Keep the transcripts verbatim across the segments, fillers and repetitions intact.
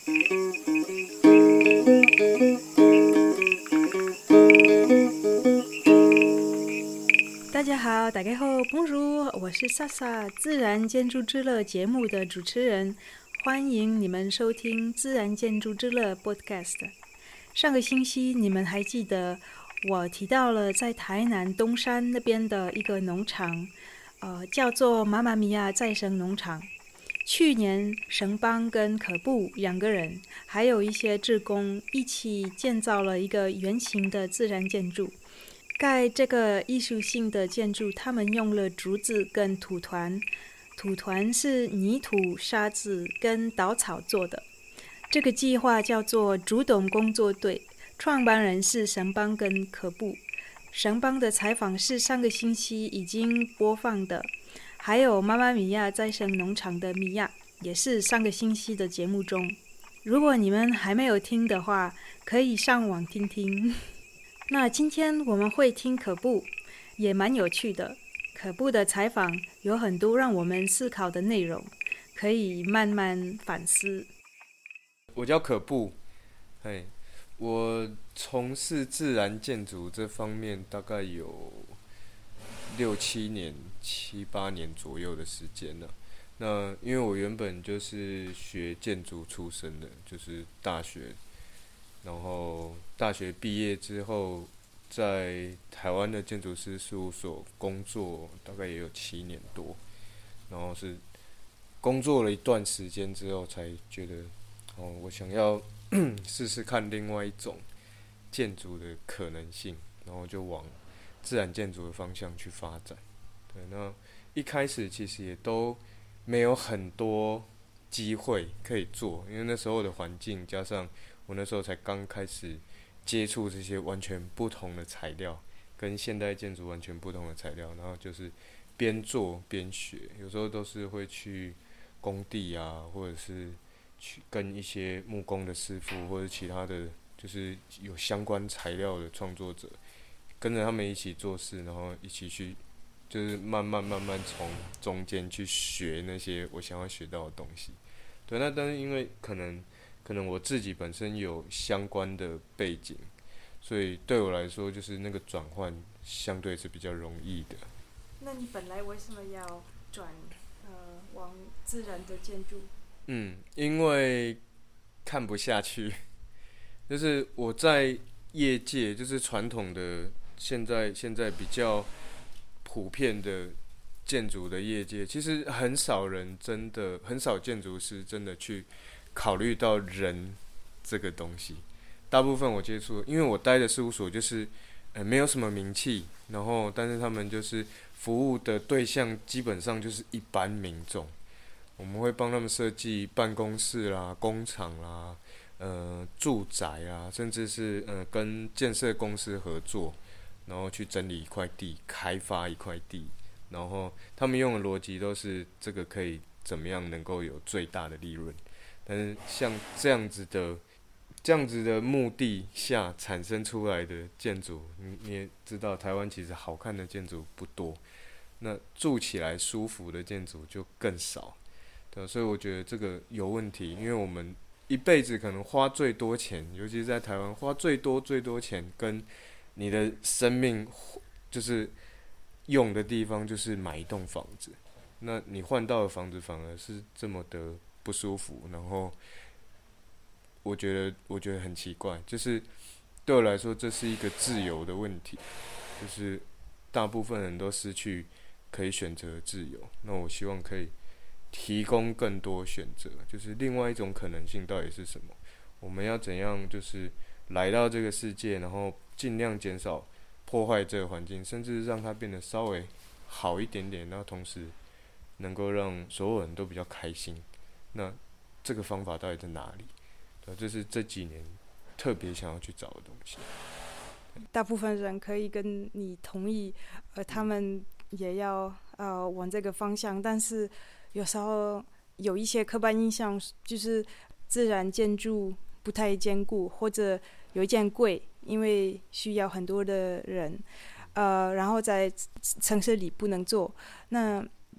大家好，大家好 ，Bonjour， 我是莎莎，自然建筑之乐节目的主持人，欢迎你们收听自然建筑之乐 Podcast。上个星期你们还记得我提到了在台南东山那边的一个农场，呃，叫做妈妈咪呀再生农场。去年神邦跟可布两个人，还有一些志工一起建造了一个圆形的自然建筑。盖这个艺术性的建筑，他们用了竹子跟土团，土团是泥土、沙子跟稻草做的。这个计划叫做竹董工作队，创办人是神邦跟可布。神邦的采访是上个星期已经播放的，还有妈妈咪呀再生农场的米娅，也是上个星期的节目中。如果你们还没有听的话，可以上网听听。那今天我们会听可布，也蛮有趣的。可布的采访有很多让我们思考的内容，可以慢慢反思。 我叫可布，嘿，我从事自然建筑这方面大概有六七年、七八年左右的时间了。那因为我原本就是学建筑出身的，就是大学。然后大学毕业之后，在台湾的建筑师事务所工作，大概也有七年多。然后是工作了一段时间之后，才觉得，哦，我想要试试看另外一种建筑的可能性，然后就往自然建筑的方向去发展。对，那一开始其实也都没有很多机会可以做，因为那时候的环境加上我那时候才刚开始接触这些完全不同的材料，跟现代建筑完全不同的材料，然后就是边做边学，有时候都是会去工地啊，或者是去跟一些木工的师傅或者其他的，就是有相关材料的创作者，跟着他们一起做事，然后一起去，就是慢慢慢慢从中间去学那些我想要学到的东西。对，那但是因为可能。可能我自己本身有相关的背景，所以对我来说，就是那个转换相对是比较容易的。 那你本来为什么要转呃往自然的建筑？ 嗯，因为看不下去，就是我在业界，就是传统的现在现在比较普遍的建筑的业界，其实很少人真的很少建筑师真的去考虑到人这个东西。大部分我接触，因为我待的事务所就是呃没有什么名气，然后但是他们就是服务的对象基本上就是一般民众。我们会帮他们设计办公室啦、工厂啦、呃住宅啊，甚至是呃跟建设公司合作，然后去整理一块地、开发一块地，然后他们用的逻辑都是这个可以怎么样能够有最大的利润。但是像这样子的、这样子的目的下产生出来的建筑，你你也知道，台湾其实好看的建筑不多，那住起来舒服的建筑就更少。对，所以我觉得这个有问题，因为我们一辈子可能花最多钱，尤其是在台湾花最多最多钱，跟你的生命就是用的地方就是买一栋房子，那你换到的房子反而是这么的不舒服，然后我觉得我觉得很奇怪，就是对我来说这是一个自由的问题，就是大部分人都失去可以选择的自由，那我希望可以提供更多选择，就是另外一种可能性到底是什么？我们要怎样就是来到这个世界，然后尽量减少破坏这个环境，甚至让它变得稍微好一点点，然后同时能够让所有人都比较开心。那这个方法到底在哪里？对，这是这几年特别想要去找的东西。 大部分人可以跟你同意，呃，他们也要呃往这个方向，但是有时候有一些刻板印象，就是自然建筑不太坚固，或者有一件贵，因为需要很多的人，呃，然后在城市里不能做。那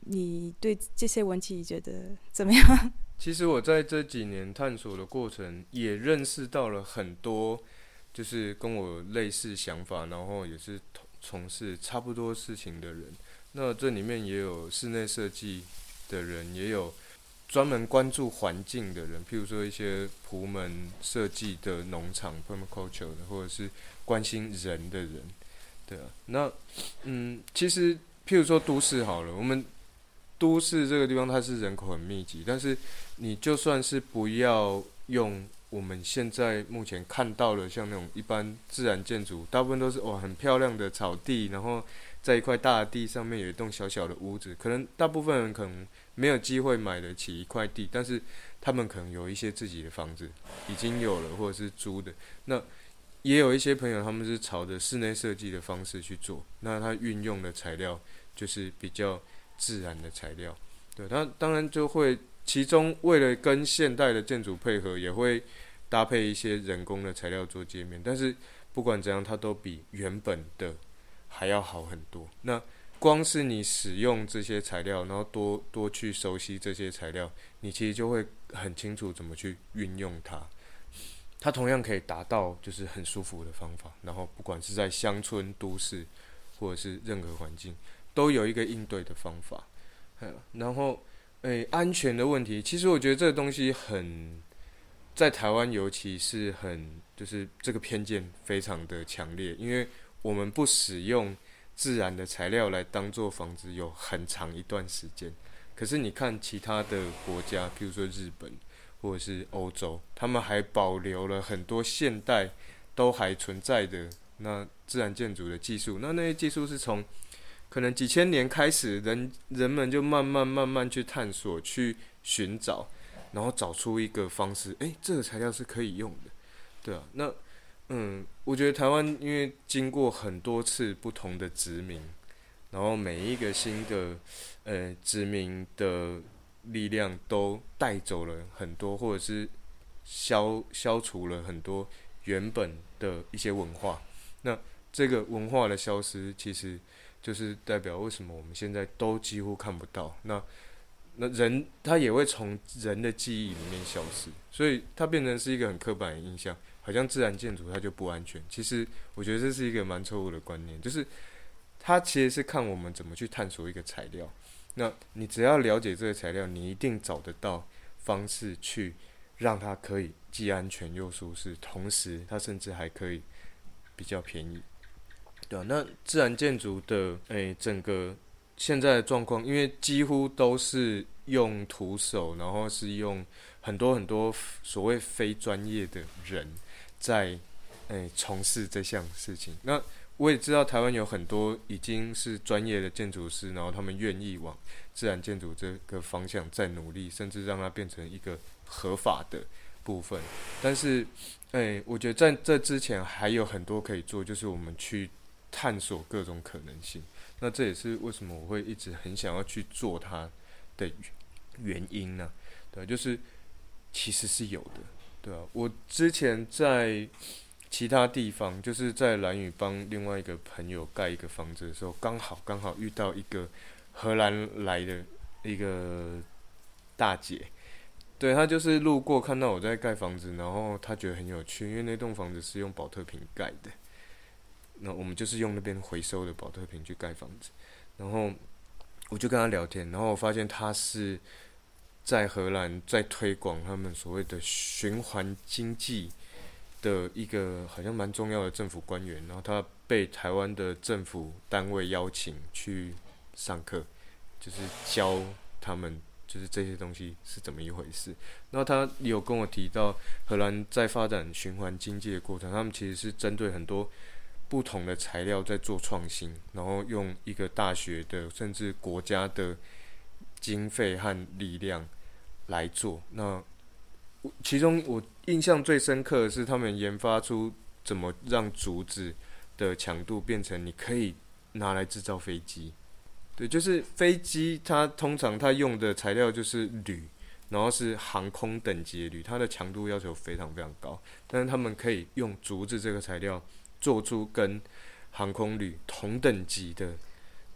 你对这些问题觉得怎么样？ 其实我在这几年探索的过程，也认识到了很多，就是跟我类似想法，然后也是从事差不多事情的人。那这里面也有室内设计的人，也有专门关注环境的人，譬如说一些仆门设计的农场 permaculture 的，或者是关心人的人，对啊。那嗯，其实譬如说都市好了，我们都市这个地方它是人口很密集，但是你就算是不要用我们现在目前看到的像那种一般自然建筑，大部分都是哇很漂亮的草地，然后在一块大地上面有一栋小小的屋子，可能大部分人可能没有机会买得起一块地，但是他们可能有一些自己的房子已经有了，或者是租的。那也有一些朋友他们是朝着室内设计的方式去做，那他运用的材料就是比较自然的材料，对，他当然就会其中为了跟现代的建筑配合，也会搭配一些人工的材料做界面，但是不管怎样，它都比原本的还要好很多。那光是你使用这些材料，然后多多去熟悉这些材料，你其实就会很清楚怎么去运用它。它同样可以达到就是很舒服的方法，然后不管是在乡村、都市，或者是任何环境，都有一个应对的方法。然后，诶，安全的问题，其实我觉得这个东西很，在台湾尤其是很，就是这个偏见非常的强烈，因为我们不使用自然的材料来当做房子有很长一段时间。可是你看其他的国家，譬如说日本或者是欧洲，他们还保留了很多现代都还存在的那自然建筑的技术。那那些技术是从可能几千年开始，人人们就慢慢慢慢去探索、去寻找，然后找出一个方式，哎，这个材料是可以用的，对啊。那嗯，我觉得台湾因为经过很多次不同的殖民，然后每一个新的呃殖民的力量都带走了很多，或者是消消除了很多原本的一些文化。那这个文化的消失，其实就是代表为什么我们现在都几乎看不到。那那人他也会从人的记忆里面消失，所以它变成是一个很刻板的印象，好像自然建筑它就不安全。其实我觉得这是一个蛮错误的观念，就是它其实是看我们怎么去探索一个材料。那你只要了解这个材料，你一定找得到方式去让它可以既安全又舒适，同时它甚至还可以比较便宜。对啊，那自然建筑的诶整个现在的状况，因为几乎都是用徒手，然后是用很多很多所谓非专业的人在诶从事这项事情。那我也知道台湾有很多已经是专业的建筑师，然后他们愿意往自然建筑这个方向再努力，甚至让它变成一个合法的部分。但是，诶，我觉得在这之前还有很多可以做，就是我们去探索各种可能性。那这也是为什么我会一直很想要去做它的原因呢？对，就是其实是有的，对啊。我之前在其他地方，就是在兰屿帮另外一个朋友盖一个房子的时候，刚好刚好遇到一个荷兰来的一个大姐，对，她就是路过看到我在盖房子，然后她觉得很有趣，因为那栋房子是用保特瓶盖的，那我们就是用那边回收的保特瓶去盖房子，然后我就跟她聊天，然后我发现她是在荷兰在推广他们所谓的循环经济的一个好像蛮重要的政府官员，然后他被台湾的政府单位邀请去上课，就是教他们就是这些东西是怎么一回事。然后他有跟我提到，荷兰在发展循环经济的过程，他们其实是针对很多不同的材料在做创新，然后用一个大学的甚至国家的经费和力量来做。那其中我印象最深刻的是，他们研发出怎么让竹子的强度变成你可以拿来制造飞机。对，就是飞机它通常它用的材料就是铝，然后是航空等级的铝，它的强度要求非常非常高，但是他们可以用竹子这个材料做出跟航空铝同等级的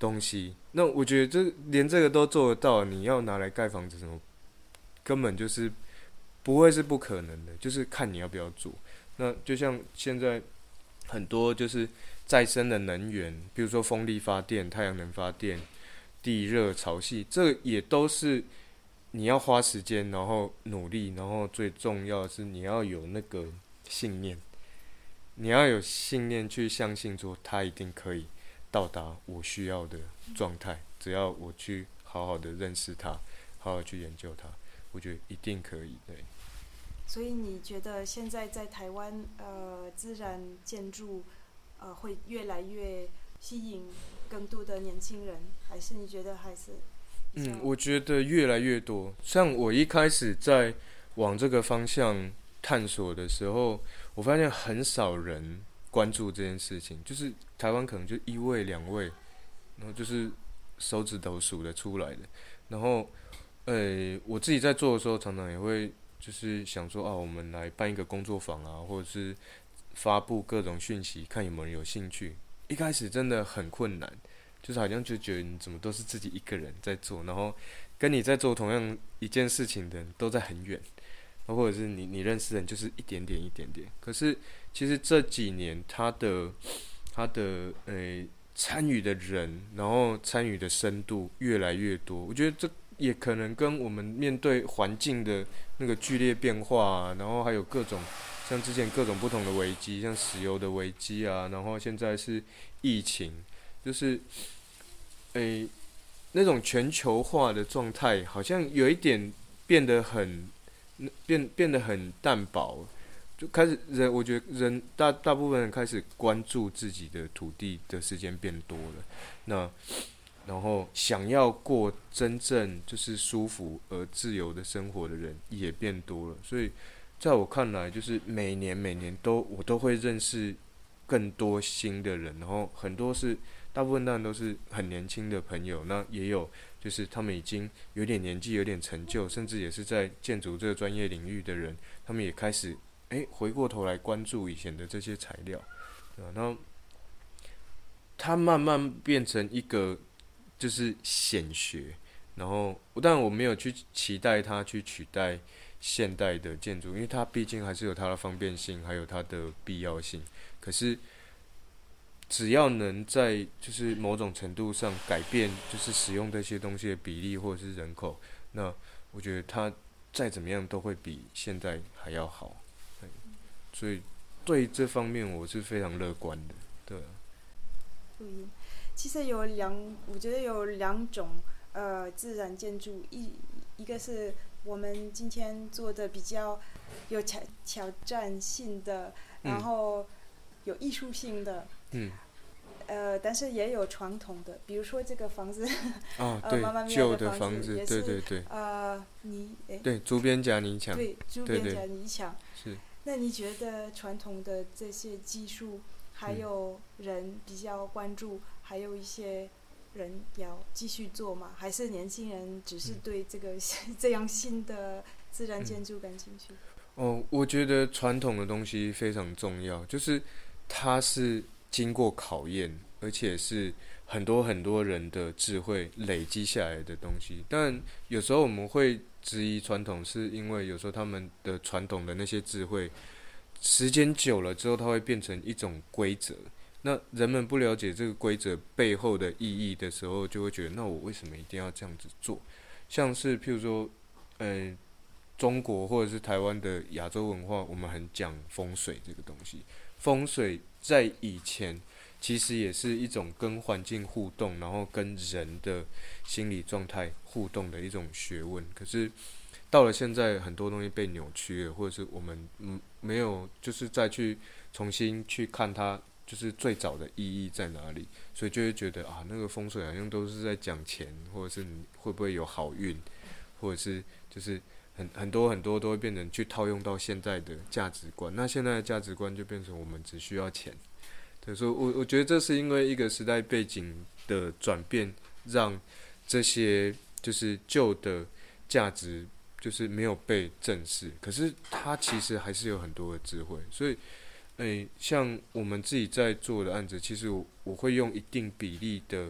东西。那我觉得这连这个都做得到，你要拿来盖房子什么，根本就是不会是不可能的，就是看你要不要做。那就像现在很多就是再生的能源，比如说风力发电、太阳能发电、地热、潮汐，这也都是你要花时间，然后努力，然后最重要的是你要有那个信念，你要有信念去相信说它一定可以到达我需要的状态，只要我去好好的认识它，好好去研究它，我觉得一定可以。对。 所以你觉得现在在台湾，呃，自然建筑，呃，会越来越吸引更多的年轻人，还是你觉得还是？ 嗯，我觉得越来越多。像我一开始在往这个方向探索的时候，我发现很少人关注这件事情，就是台湾可能就一位两位，然后就是手指头数得出来的。然后，呃，我自己在做的时候，常常也会就是想说，啊，我们来办一个工作坊啊，或者是发布各种讯息，看有没有人有兴趣。一开始真的很困难。就是好像就觉得你怎么都是自己一个人在做，然后跟你在做同样一件事情的人都在很远，或者是你你认识的人就是一点点一点点。可是其实这几年他的他的呃参与的人，然后参与的深度越来越多，我觉得这也可能跟我们面对环境的那个剧烈变化啊，然后还有各种像之前各种不同的危机，像石油的危机啊，然后现在是疫情，就是。诶，那种全球化的状态好像有一点变得很变变得很淡薄，就开始人，我觉得人大大部分人开始关注自己的土地的时间变多了，那然后想要过真正就是舒服而自由的生活的人也变多了，所以在我看来，就是每年每年都我都会认识更多新的人，然后很多是。大部分当然都是很年轻的朋友，那也有就是他们已经有点年纪、有点成就，甚至也是在建筑这个专业领域的人，他们也开始哎回过头来关注以前的这些材料，对吧？然后它慢慢变成一个就是显学，然后当然我没有去期待它去取代现代的建筑，因为它毕竟还是有它的方便性，还有它的必要性，可是。只要能在就是某种程度上改变，就是使用这些东西的比例或者是人口，那我觉得它再怎么样都会比现在还要好。所以对这方面我是非常乐观的。对。 嗯，其实有两，我觉得有两种呃自然建筑，一一个是我们今天做的比较有挑挑战性的，然后有艺术性的。嗯。呃，但是也有传统的，比如说这个房子， 啊，对， 呃、 旧的房子，对对对， 呃，泥，诶， 对，竹编夹泥墙， 对，竹编夹泥墙， 是。 那你觉得传统的这些技术，还有人比较关注，嗯、还有一些人要继续做吗？还是年轻人只是对这个、嗯、这样新的自然建筑感兴趣？ 嗯、哦，我觉得传统的东西非常重要，就是它是。经过考验，而且是很多很多人的智慧累积下来的东西。但有时候我们会质疑传统，是因为有时候他们的传统的那些智慧，时间久了之后，它会变成一种规则。那人们不了解这个规则背后的意义的时候，就会觉得，那我为什么一定要这样子做？像是譬如说，呃，中国或者是台湾的亚洲文化，我们很讲风水这个东西，风水。在以前，其实也是一种跟环境互动，然后跟人的心理状态互动的一种学问。可是到了现在，很多东西被扭曲了，或者是我们嗯没有就是再去重新去看它，就是最早的意义在哪里，所以就会觉得啊，那个风水好像都是在讲钱，或者是你会不会有好运，或者是就是很很多很多都会变成去套用到现在的价值观。那现在的价值观就变成我们只需要钱。对，所以我我觉得这是因为一个时代背景的转变，让这些就是旧的价值就是没有被正视，可是它其实还是有很多的智慧。所以，诶，像我们自己在做的案子，其实我我会用一定比例的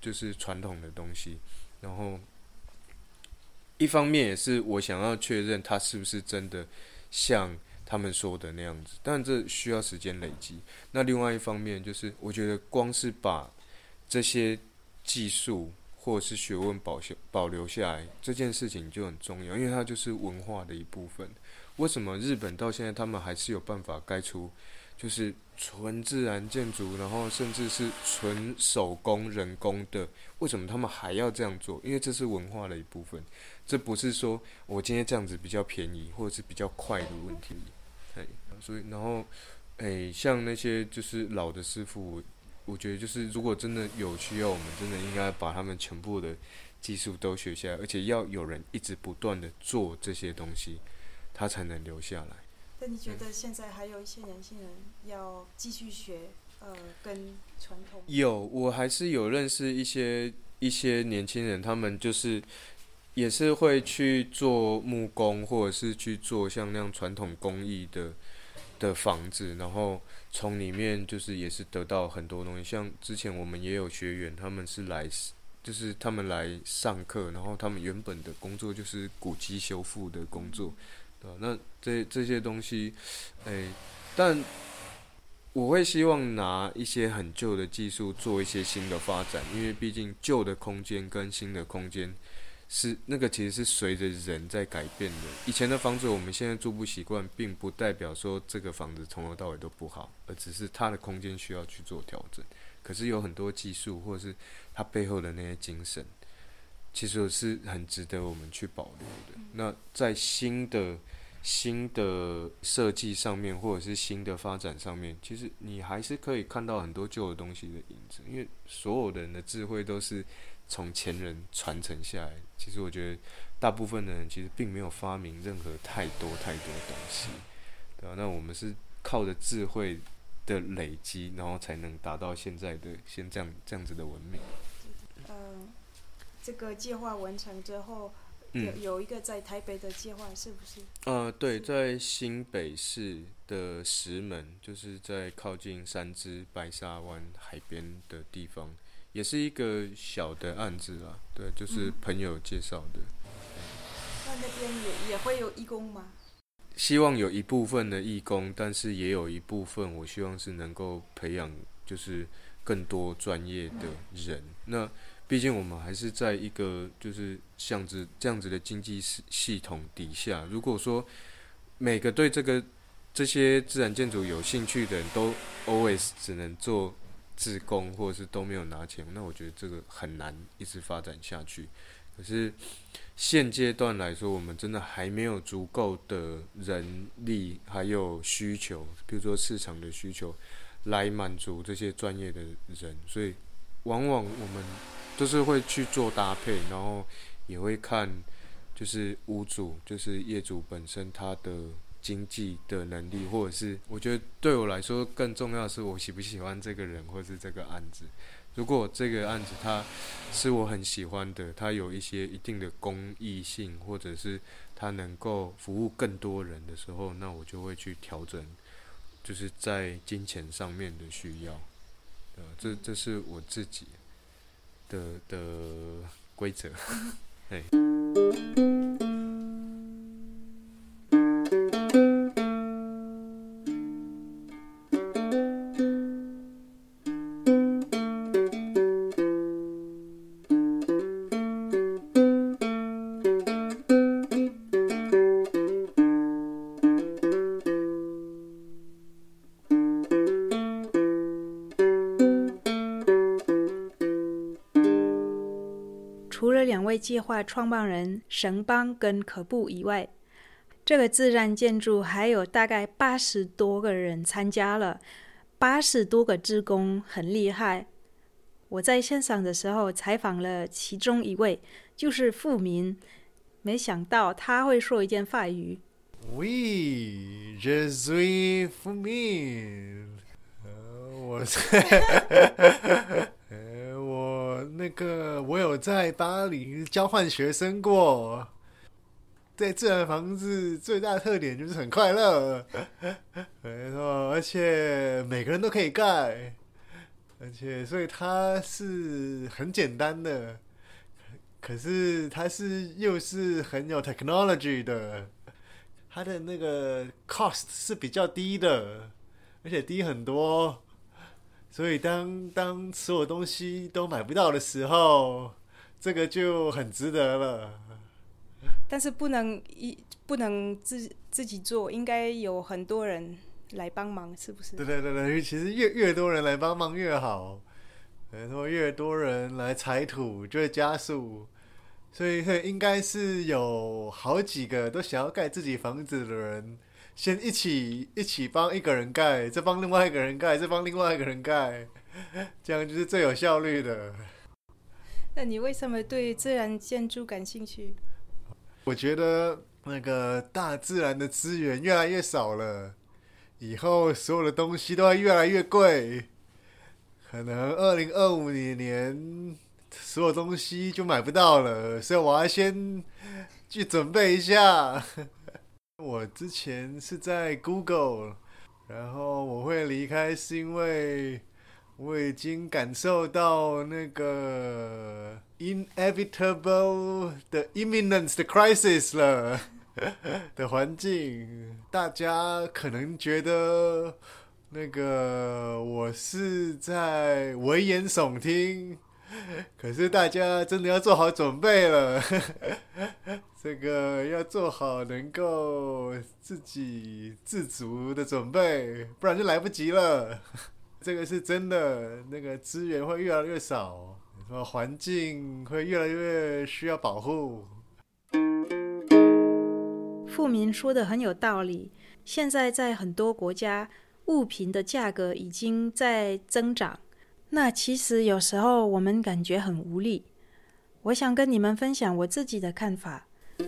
就是传统的东西，然后一方面也是我想要确认它是不是真的像他们说的那样子，但这需要时间累积。那另外一方面就是，我觉得光是把这些技术或者是学问保保留下来，这件事情就很重要，因为它就是文化的一部分。为什么日本到现在他们还是有办法盖出就是纯自然建筑，然后甚至是纯手工人工的？为什么他们还要这样做？因为这是文化的一部分，这不是说我今天这样子比较便宜或者是比较快的问题。所以然后诶，像那些就是老的师傅，我我觉得就是如果真的有需要，我们真的应该把他们全部的技术都学下来，而且要有人一直不断的做这些东西，他才能留下来。 那你觉得现在还有一些年轻人要继续学呃跟传统？ 有，我还是有认识一些一些年轻人，他们就是也是会去做木工，或者是去做像那样传统工艺的的房子，然后从里面就是也是得到很多东西。像之前我们也有学员，他们是来就是他们来上课，然后他们原本的工作就是古迹修复的工作，对吧？那这这些东西，诶，但我会希望拿一些很旧的技术做一些新的发展，因为毕竟旧的空间跟新的空间是那个其实是随着人在改变的。以前的房子我们现在住不习惯，并不代表说这个房子从头到尾都不好，而只是它的空间需要去做调整。可是有很多技术或者是它背后的那些精神，其实是很值得我们去保留的。那在新的新的设计上面，或者是新的发展上面，其实你还是可以看到很多旧的东西的影子，因为所有人的智慧都是从前人传承下来。其实我觉得大部分的人其实并没有发明任何太多太多东西，对吧？那我们是靠着智慧的累积，然后才能达到现在的现这样这样子的文明。 呃，这个计划完成之后，有有一个在台北的计划，是不是？ 呃，对，在新北市的石门，就是在靠近三芝白沙湾海边的地方，也是一个小的案子啦。对，就是朋友介绍的。 嗯、那那边也也会有义工吗？ 希望有一部分的义工，但是也有一部分，我希望是能够培养，就是更多专业的人。嗯、那毕竟我们还是在一个就是像子这样子的经济系统底下，如果说每个对这个这些自然建筑有兴趣的人都 always 只能做志工，或者是都没有拿钱，那我觉得这个很难一直发展下去。可是现阶段来说，我们真的还没有足够的人力还有需求，比如说市场的需求来满足这些专业的人，所以往往我们都是会去做搭配，然后也会看就是屋主就是业主本身他的经济的能力，或者是我觉得对我来说更重要的是我喜不喜欢这个人或是这个案子。如果这个案子它是我很喜欢的，它有一些一定的公益性，或者是它能够服务更多人的时候，那我就会去调整，就是在金钱上面的需要。呃，这这是我自己的的规则。嘿。 除了两位计划创办人神邦跟可布以外，这个自然建筑还有大概八十多个人参加了，八十多个志工，很厉害。我在现场的时候采访了其中一位，就是富民，没想到他会说一件法语。 Oui, je suis Fumin。我我那个我有在巴黎交换学生过。在自然房子最大的特点就是很快乐，没错，而且每个人都可以盖。 而且所以它是很简单的，可是它是又是很有 technology 的，它的那个 cost 是比较低的，而且低很多，所以当当所有东西都买不到的时候，这个就很值得了。 但是不能一不能自自己做，应该有很多人来帮忙，是不是？ 对对对对，其实越越多人来帮忙越好，然后越多人来采土就会加速，所以所以应该是有好几个都想要盖自己房子的人，先一起一起帮一个人盖，再帮另外一个人盖，再帮另外一个人盖，这样就是最有效率的。 那你为什么对自然建筑感兴趣？ 我觉得那个大自然的资源越来越少了，以后所有的东西都会越来越贵，可能二零二五年所有东西就买不到了，所以我要先去准备一下。我之前是在 Google， 然后我会离开是因为我已经感受到那个 inevitable 的 imminence 的 crisis 了的环境，大家可能觉得那个我是在危言耸听，可是大家真的要做好准备了这个要做好能够自给自足的准备，不然就来不及了这个是真的，那个资源会越来越少，环境会越来越需要保护。 富民说的很有道理，现在在很多国家物品的价格已经在增长，那其实有时候我们感觉很无力。我想跟你们分享我自己的看法。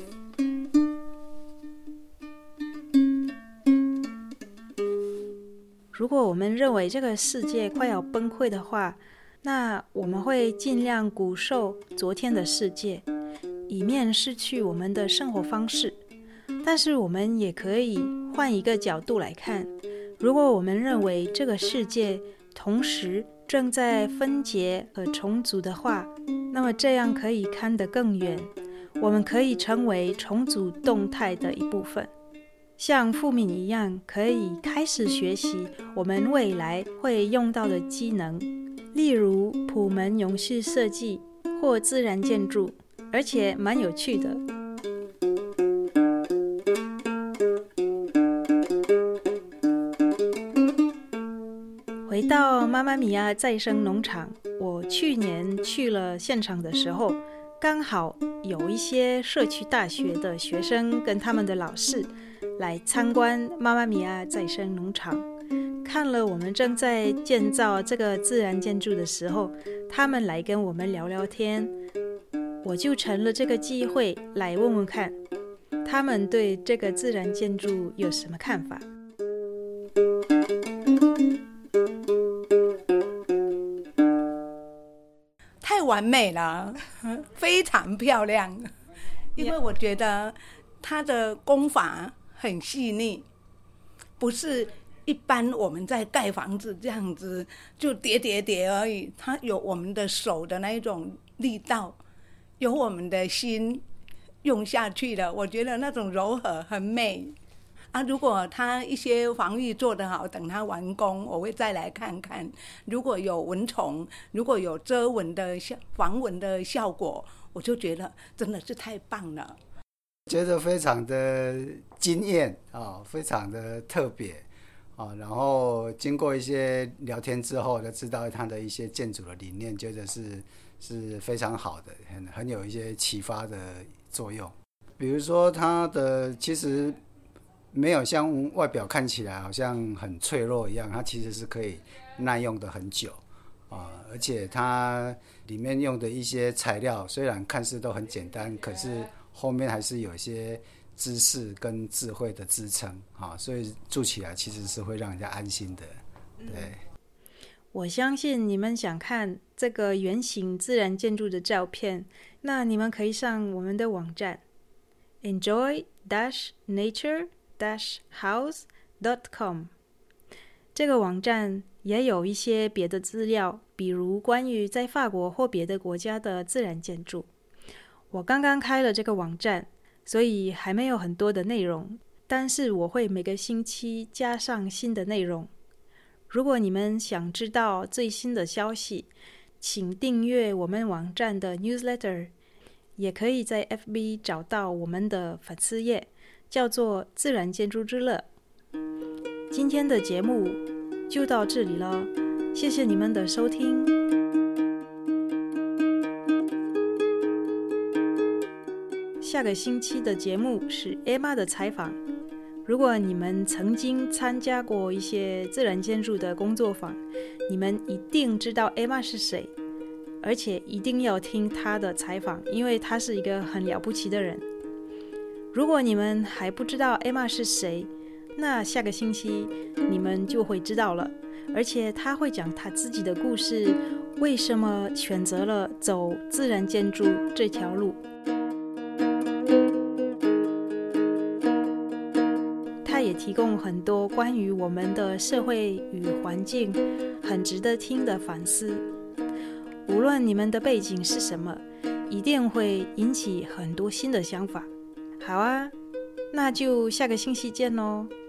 如果我们认为这个世界快要崩溃的话，那我们会尽量固守昨天的世界，以免失去我们的生活方式。但是我们也可以换一个角度来看，如果我们认为这个世界同时正在分解和重组的话，那么这样可以看得更远，我们可以成为重组动态的一部分。像富民一样，可以开始学习我们未来会用到的技能，例如普门永续设计或自然建筑，而且蛮有趣的。回到妈妈咪呀再生农场，我去年去了现场的时候，刚好有一些社区大学的学生跟他们的老师来参观妈妈咪呀再生农场，看了我们正在建造这个自然建筑的时候，他们来跟我们聊聊天，我就成了这个机会来问问看，他们对这个自然建筑有什么看法。 太完美了，非常漂亮，因为我觉得它的工法很细腻，不是一般我们在盖房子这样子就叠叠叠而已，它有我们的手的那一种力道，有我们的心用下去了，我觉得那种柔和很美啊。如果它一些防御做得好，等它完工我会再来看看，如果有蚊虫，如果有遮蚊的防蚊的效果，我就觉得真的是太棒了， 觉得非常的惊艳啊，非常的特别啊。然后经过一些聊天之后，就知道他的一些建筑的理念，觉得是是非常好的，很很有一些启发的作用。比如说，它的其实没有像外表看起来好像很脆弱一样，它其实是可以耐用的很久啊。而且它里面用的一些材料虽然看似都很简单，可是后面还是有一些知识跟智慧的支撑啊，所以住起来其实是会让人家安心的。对， 我相信你们想看这个圆形自然建筑的照片，那你们可以上我们的网站 enjoy dash nature dash house dot com。 这个网站也有一些别的资料，比如关于在法国或别的国家的自然建筑。我刚刚开了这个网站，所以还没有很多的内容，但是我会每个星期加上新的内容。如果你们想知道最新的消息，请订阅我们网站的 newsletter， 也可以在 F B 找到我们的粉丝页，叫做自然建筑之乐。今天的节目就到这里了，谢谢你们的收听。下个星期的节目是 Emma 的采访。如果你们曾经参加过一些自然建筑的工作坊，你们一定知道 Emma 是谁，而且一定要听她的采访，因为她是一个很了不起的人。如果你们还不知道 Emma 是谁，那下个星期你们就会知道了，而且她会讲她自己的故事，为什么选择了走自然建筑这条路。他也提供很多关于我们的社会与环境很值得听的反思。无论你们的背景是什么，一定会引起很多新的想法。好啊，那就下个星期见咯。